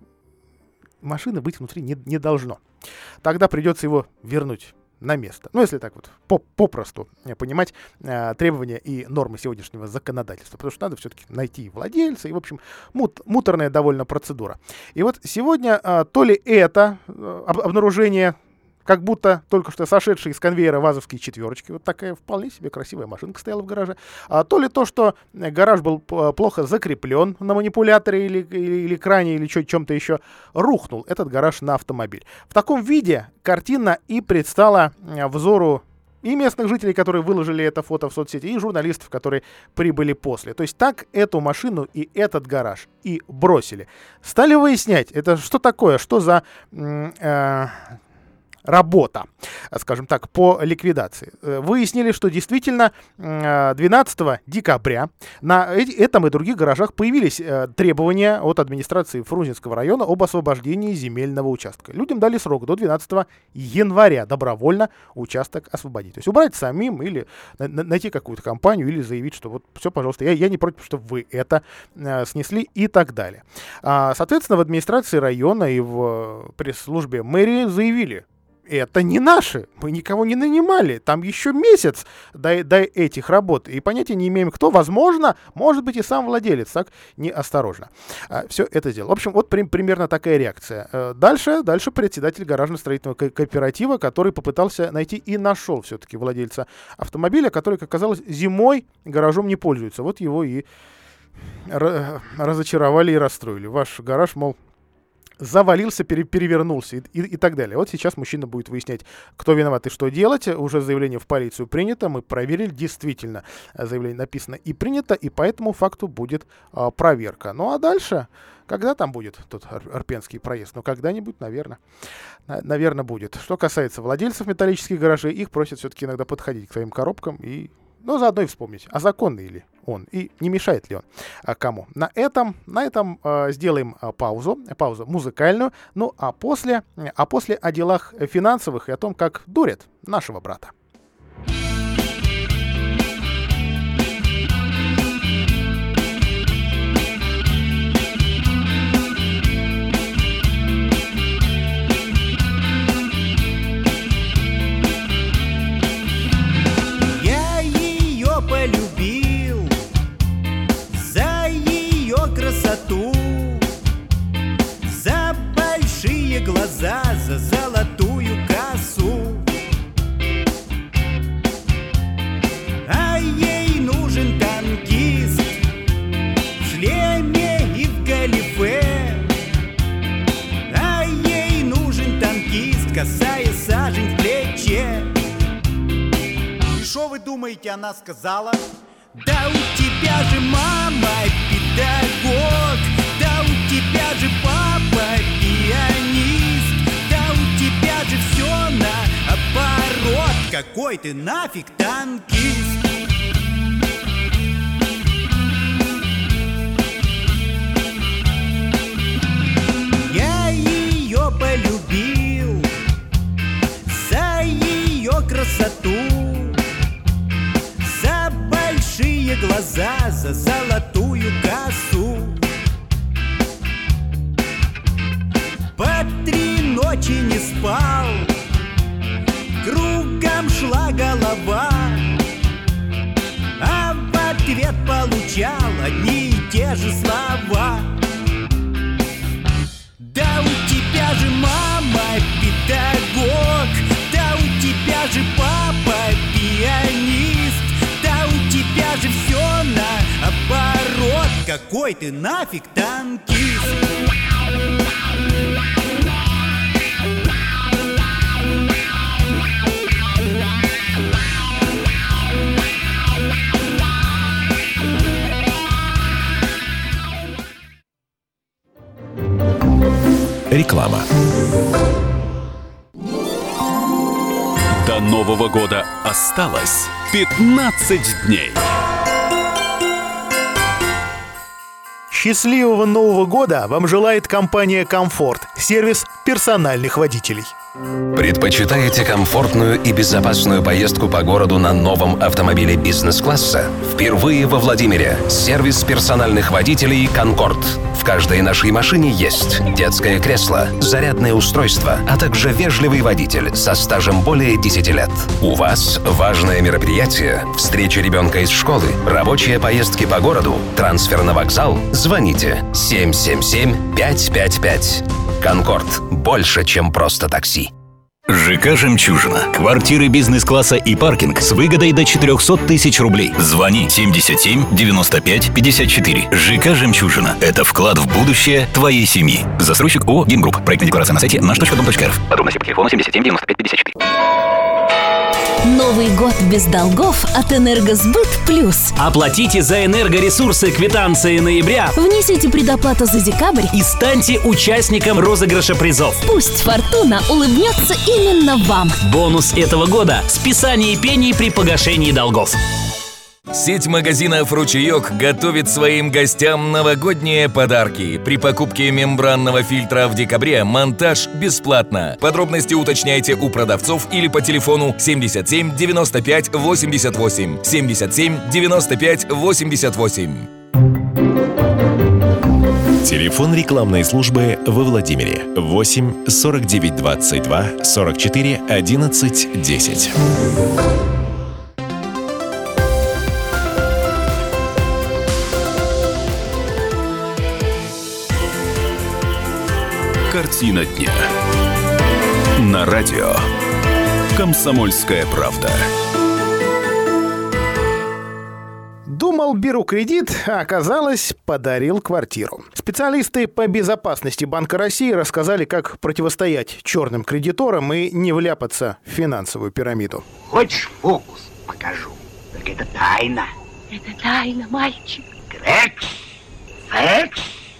[SPEAKER 3] машины быть внутри не, не должно. Тогда придется его вернуть на место. Ну, если так вот по- попросту понимать э, требования и нормы сегодняшнего законодательства. Потому что надо все-таки найти владельца. И, в общем, мут- муторная довольно процедура. И вот сегодня э, то ли это э, об- обнаружение, как будто только что сошедшие из конвейера вазовские четверочки, вот такая вполне себе красивая машинка стояла в гараже, а то ли то, что гараж был плохо закреплен на манипуляторе или, или, или кране, или чем-то еще, рухнул этот гараж на автомобиль. В таком виде картина и предстала взору и местных жителей, которые выложили это фото в соцсети, и журналистов, которые прибыли после. То есть так эту машину и этот гараж и бросили. Стали выяснять, это что такое, что за... Э, работа, скажем так, по ликвидации. Выяснили, что действительно двенадцатого декабря на этом и других гаражах появились требования от администрации Фрунзенского района об освобождении земельного участка. Людям дали срок до двенадцатого января добровольно участок освободить. То есть убрать самим или найти какую-то компанию или заявить, что вот все, пожалуйста, я, я не против, чтобы вы это снесли и так далее. Соответственно, в администрации района и в пресс-службе мэрии заявили: это не наши, мы никого не нанимали, там еще месяц до, до этих работ, и понятия не имеем, кто, возможно, может быть и сам владелец, так неосторожно а, все это сделал. В общем, вот при, примерно такая реакция. А, дальше, дальше председатель гаражно-строительного ко- кооператива, который попытался найти и нашел все-таки владельца автомобиля, который, как оказалось, зимой гаражом не пользуется. Вот его и р- разочаровали и расстроили. Ваш гараж, мол, завалился, пере, перевернулся и, и, и так далее. Вот сейчас мужчина будет выяснять, кто виноват и что делать. Уже заявление в полицию принято, мы проверили, действительно заявление написано и принято, и по этому факту будет а, проверка. Ну а дальше, когда там будет тот Арпенский проезд? Ну когда-нибудь, наверное, на, наверное, будет. Что касается владельцев металлических гаражей, их просят все-таки иногда подходить к своим коробкам и, ну, заодно и вспомнить, а законный ли он и не мешает ли он а, кому. На этом, на этом а, сделаем а, паузу, паузу музыкальную, ну а после, а после о делах финансовых и о том, как дурят нашего брата.
[SPEAKER 14] Я ее полюбил за ее красоту, за большие глаза, за золотую косу. А ей нужен танкист в шлеме и в галифе. А ей нужен танкист, косая сажень в плече. И шо вы думаете, она сказала? Да у тебя же мама педагог, да у тебя же папа пианист, да у тебя же все наоборот. Какой ты нафиг танкист? Я ее полюбил за ее красоту, за большие глаза, за золотую косу. По три ночи не спал, кругом шла голова, а в ответ получал одни и те же слова. Да у тебя же мама педагог, да у тебя же папа пианист, да у тебя же все наоборот. Какой ты нафиг танкист?
[SPEAKER 9] Реклама.
[SPEAKER 2] До Нового года осталось пятнадцать дней.
[SPEAKER 3] Счастливого Нового года вам желает компания «Комфорт», сервис персональных водителей.
[SPEAKER 6] Предпочитаете комфортную и безопасную поездку по городу на новом автомобиле бизнес-класса? Впервые во Владимире сервис персональных водителей «Конкорд». В каждой нашей машине есть детское кресло, зарядное устройство, а также вежливый водитель со стажем более десяти лет. У вас важное мероприятие, встреча ребенка из школы, рабочие поездки по городу, трансфер на вокзал? Звоните семь семь семь пять пять пять. «Конкорд» — больше, чем просто такси.
[SPEAKER 18] ЖК «Жемчужина». Квартиры бизнес-класса и паркинг с выгодой до четыреста тысяч рублей. Звони семьдесят семь девяносто пять пятьдесят четыре. ЖК «Жемчужина». Это вклад в будущее твоей семьи. Застройщик ООО «Гимгрупп». Проектная декларация на сайте наш точка дом точка рф. Подробности по телефону семьдесят семь девяносто пять пятьдесят четыре.
[SPEAKER 19] Новый год без долгов от «Энергосбыт Плюс».
[SPEAKER 20] Оплатите за энергоресурсы квитанции ноября.
[SPEAKER 19] Внесите предоплату за декабрь
[SPEAKER 20] и станьте участником розыгрыша призов.
[SPEAKER 19] Пусть фортуна улыбнется именно вам.
[SPEAKER 20] Бонус этого года – списание пений при погашении долгов.
[SPEAKER 8] Сеть магазинов «Ручеек» готовит своим гостям новогодние подарки. При покупке мембранного фильтра в декабре монтаж бесплатно. Подробности уточняйте у продавцов или по телефону семьдесят семь девяносто пять восемьдесят восемь. семьдесят семь девяносто пять восемьдесят восемь.
[SPEAKER 9] Телефон рекламной службы во Владимире восемь сорок девять двадцать два сорок четыре одиннадцать десять.
[SPEAKER 2] Картина дня. На радио «Комсомольская правда».
[SPEAKER 3] Думал, беру кредит, а оказалось, подарил квартиру. Специалисты по безопасности Банка России рассказали, как противостоять черным кредиторам и не вляпаться в финансовую пирамиду.
[SPEAKER 21] Хочешь фокус покажу? Только это тайна.
[SPEAKER 22] Это тайна, мальчик.
[SPEAKER 21] Грекс, секс.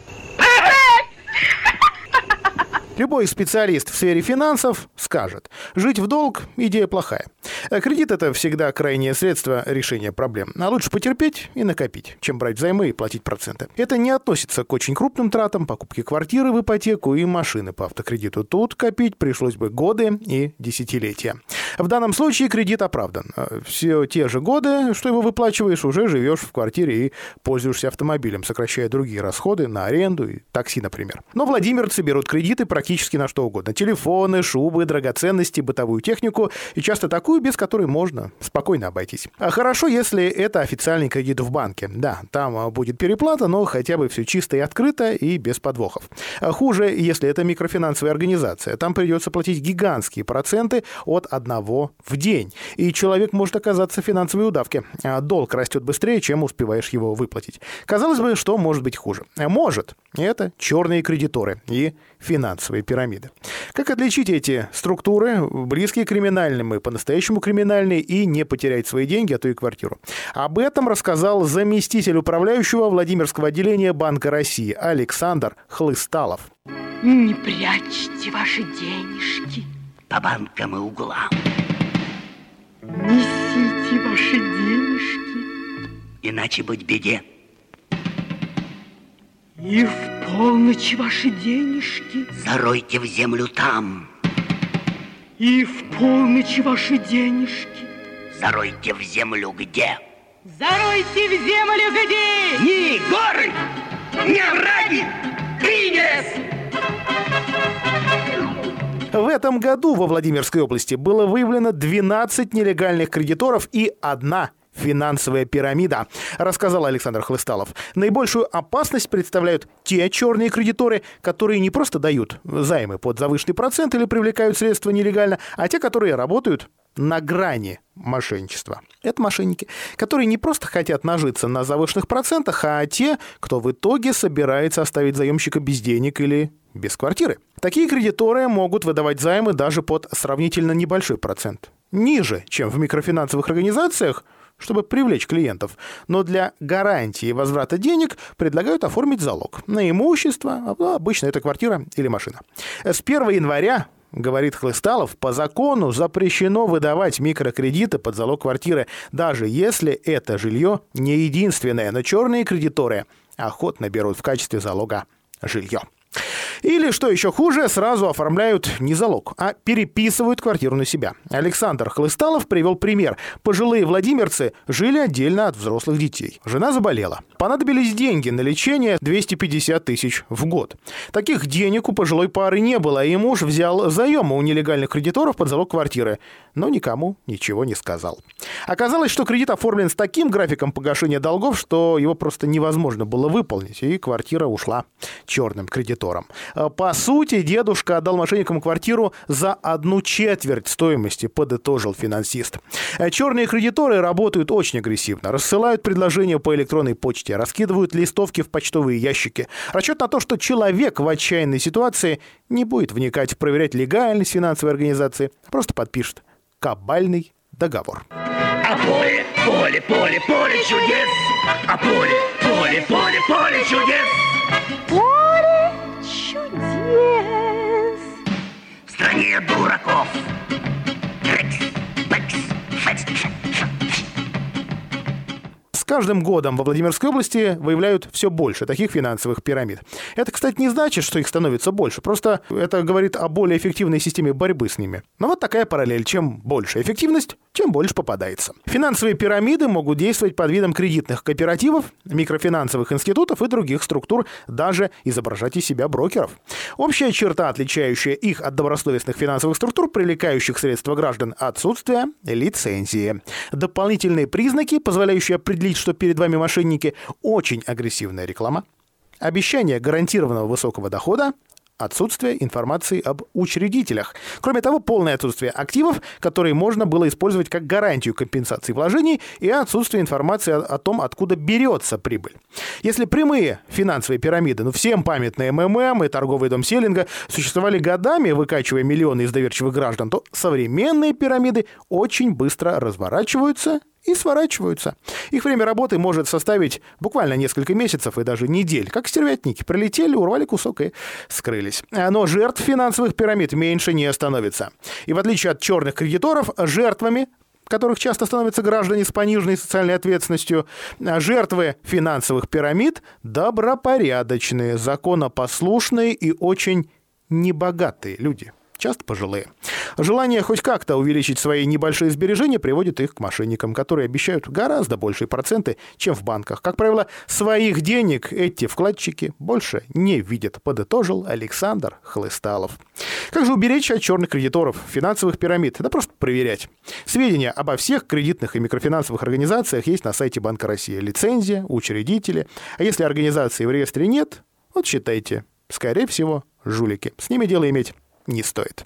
[SPEAKER 3] Любой специалист в сфере финансов скажет, жить в долг – идея плохая. Кредит – это всегда крайнее средство решения проблем. А лучше потерпеть и накопить, чем брать взаймы и платить проценты. Это не относится к очень крупным тратам, покупке квартиры в ипотеку и машины по автокредиту. Тут копить пришлось бы годы и десятилетия. В данном случае кредит оправдан. Все те же годы, что его выплачиваешь, уже живешь в квартире и пользуешься автомобилем, сокращая другие расходы на аренду и такси, например. Но владимирцы берут кредиты практически на что угодно. Телефоны, шубы, драгоценности, бытовую технику. И часто такую, без которой можно спокойно обойтись. А хорошо, если это официальный кредит в банке. Да, там будет переплата, но хотя бы все чисто и открыто и без подвохов. А хуже, если это микрофинансовая организация. Там придется платить гигантские проценты от одного в день. И человек может оказаться в финансовой удавке. А долг растет быстрее, чем успеваешь его выплатить. Казалось бы, что может быть хуже? Может. Это черные кредиторы и финансовые пирамиды. Как отличить эти структуры, близкие к криминальным и по-настоящему криминальные, и не потерять свои деньги, а то и квартиру? Об этом рассказал заместитель управляющего Владимирского отделения Банка России Александр Хлысталов.
[SPEAKER 22] Не прячьте ваши денежки
[SPEAKER 21] по банкам и углам.
[SPEAKER 22] Несите ваши денежки,
[SPEAKER 21] иначе быть беде.
[SPEAKER 22] И в полночь ваши денежки
[SPEAKER 21] заройте в землю там.
[SPEAKER 22] И в полночь ваши денежки
[SPEAKER 21] заройте в землю где?
[SPEAKER 22] Заройте в землю где?
[SPEAKER 21] Ни горы, ни овраги, кризис!
[SPEAKER 3] В этом году во Владимирской области было выявлено двенадцать нелегальных кредиторов и одна финансовая пирамида, рассказал Александр Хлысталов. Наибольшую опасность представляют те черные кредиторы, которые не просто дают займы под завышенный процент или привлекают средства нелегально, а те, которые работают на грани мошенничества. Это мошенники, которые не просто хотят нажиться на завышенных процентах, а те, кто в итоге собирается оставить заемщика без денег или без квартиры. Такие кредиторы могут выдавать займы даже под сравнительно небольшой процент. Ниже, чем в микрофинансовых организациях, чтобы привлечь клиентов. Но для гарантии возврата денег предлагают оформить залог на имущество, обычно это квартира или машина. С первого января, говорит Хлысталов, по закону запрещено выдавать микрокредиты под залог квартиры, даже если это жилье не единственное. Но черные кредиторы охотно берут в качестве залога жилье. Или, что еще хуже, сразу оформляют не залог, а переписывают квартиру на себя. Александр Хлысталов привел пример. Пожилые владимирцы жили отдельно от взрослых детей. Жена заболела. Понадобились деньги на лечение двести пятьдесят тысяч в год. Таких денег у пожилой пары не было, и муж взял заемы у нелегальных кредиторов под залог квартиры, но никому ничего не сказал. Оказалось, что кредит оформлен с таким графиком погашения долгов, что его просто невозможно было выполнить, и квартира ушла черным кредиторам. По сути, дедушка отдал мошенникам квартиру за одну четверть стоимости, подытожил финансист. Черные кредиторы работают очень агрессивно. Рассылают предложения по электронной почте, раскидывают листовки в почтовые ящики. Расчет на то, что человек в отчаянной ситуации не будет вникать, проверять легальность финансовой организации, просто подпишет кабальный договор.
[SPEAKER 21] А поле, поле, поле, поле чудес! А поле, поле, поле, поле чудес!
[SPEAKER 22] Поле чудес!
[SPEAKER 21] В стране дураков!
[SPEAKER 3] каждым годом во Владимирской области выявляют все больше таких финансовых пирамид. Это, кстати, не значит, что их становится больше. Просто это говорит о более эффективной системе борьбы с ними. Но вот такая параллель. Чем больше эффективность, тем больше попадается. Финансовые пирамиды могут действовать под видом кредитных кооперативов, микрофинансовых институтов и других структур, даже изображать из себя брокеров. Общая черта, отличающая их от добросовестных финансовых структур, привлекающих средства граждан – отсутствие лицензии. Дополнительные признаки, позволяющие определить, что перед вами мошенники – очень агрессивная реклама, обещание гарантированного высокого дохода, отсутствие информации об учредителях. Кроме того, полное отсутствие активов, которые можно было использовать как гарантию компенсации вложений, и отсутствие информации о, о том, откуда берется прибыль. Если прямые финансовые пирамиды, ну всем памятные эм эм эм и торговый дом Селлинга, существовали годами, выкачивая миллионы из доверчивых граждан, то современные пирамиды очень быстро разворачиваются и сворачиваются. Их время работы может составить буквально несколько месяцев и даже недель. Как стервятники. Прилетели, урвали кусок и скрылись. Но жертв финансовых пирамид меньше не становится. И в отличие от черных кредиторов, жертвами, которых часто становятся граждане с пониженной социальной ответственностью, жертвы финансовых пирамид добропорядочные, законопослушные и очень небогатые люди. Часто пожилые. Желание хоть как-то увеличить свои небольшие сбережения приводит их к мошенникам, которые обещают гораздо большие проценты, чем в банках. Как правило, своих денег эти вкладчики больше не видят, подытожил Александр Хлысталов. Как же уберечь от черных кредиторов, финансовых пирамид? Это просто проверять. Сведения обо всех кредитных и микрофинансовых организациях есть на сайте Банка России. Лицензия, учредители. А если организации в реестре нет, вот считайте, скорее всего, жулики. С ними дело иметь не стоит.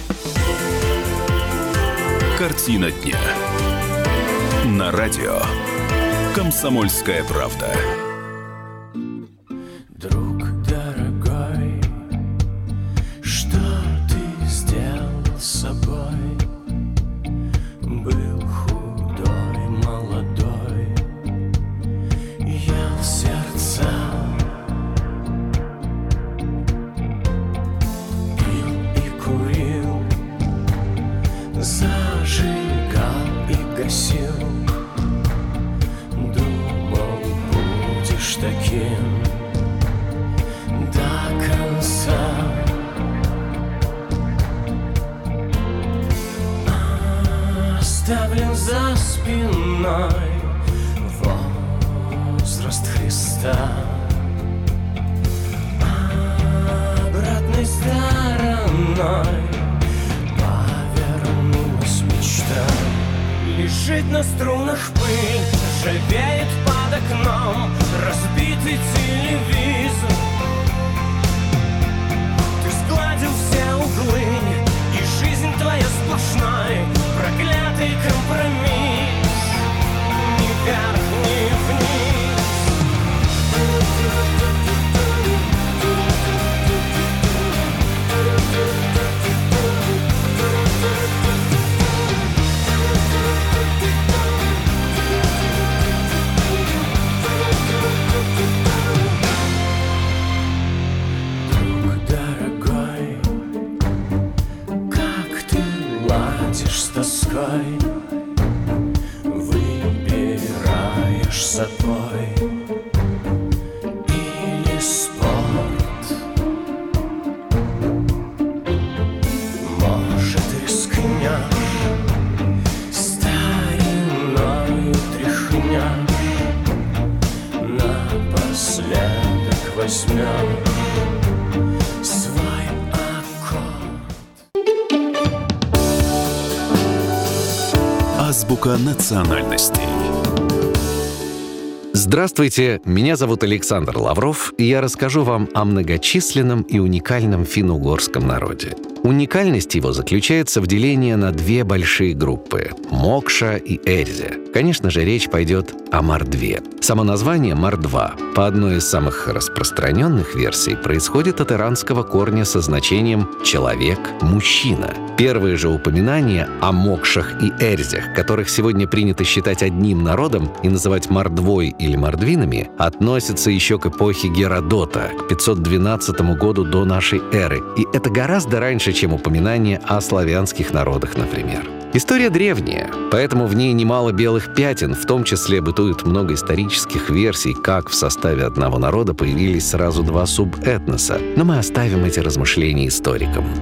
[SPEAKER 2] Картина дня. На радио «Комсомольская правда».
[SPEAKER 4] Друг дорогой, что ты сделал с собой? Был худой, молодой, ел сердца, курил, зажигал и гасил. Думал, будешь таким до конца. Оставлен за спиной возраст Христа. Обратной стороной повернулась мечта. Лежит на струнах пыль, ржавеет под окном разбитый телевизор. Ты сгладил все углы, и жизнь твоя сплошной проклятый компромисс. Ни вверх, ни вниз. Друг дорогой, как ты ладишь с тоской, выбираешь запой или спорт? Может, рискнешь, стариною тряхнешь, напоследок возьмешь свой аккорд.
[SPEAKER 2] Азбука национальностей.
[SPEAKER 5] Здравствуйте, меня зовут Александр Лавров, и я расскажу вам о многочисленном и уникальном финно-угорском народе. Уникальность его заключается в делении на две большие группы – Мокша и Эрзя. Конечно же, речь пойдет о мордве. Само название «мордва» по одной из самых распространенных версий происходит от иранского корня со значением «человек, мужчина». Первые же упоминания о Мокшах и Эрзях, которых сегодня принято считать одним народом и называть мордвой или мордвинами, относятся еще к эпохе Геродота, к пятьсот двенадцатому году до нашей эры. И это гораздо раньше, больше, чем упоминание о славянских народах, например. История древняя, поэтому в ней немало белых пятен, в том числе бытует много исторических версий, как в составе одного народа появились сразу два субэтноса. Но мы оставим эти размышления историкам.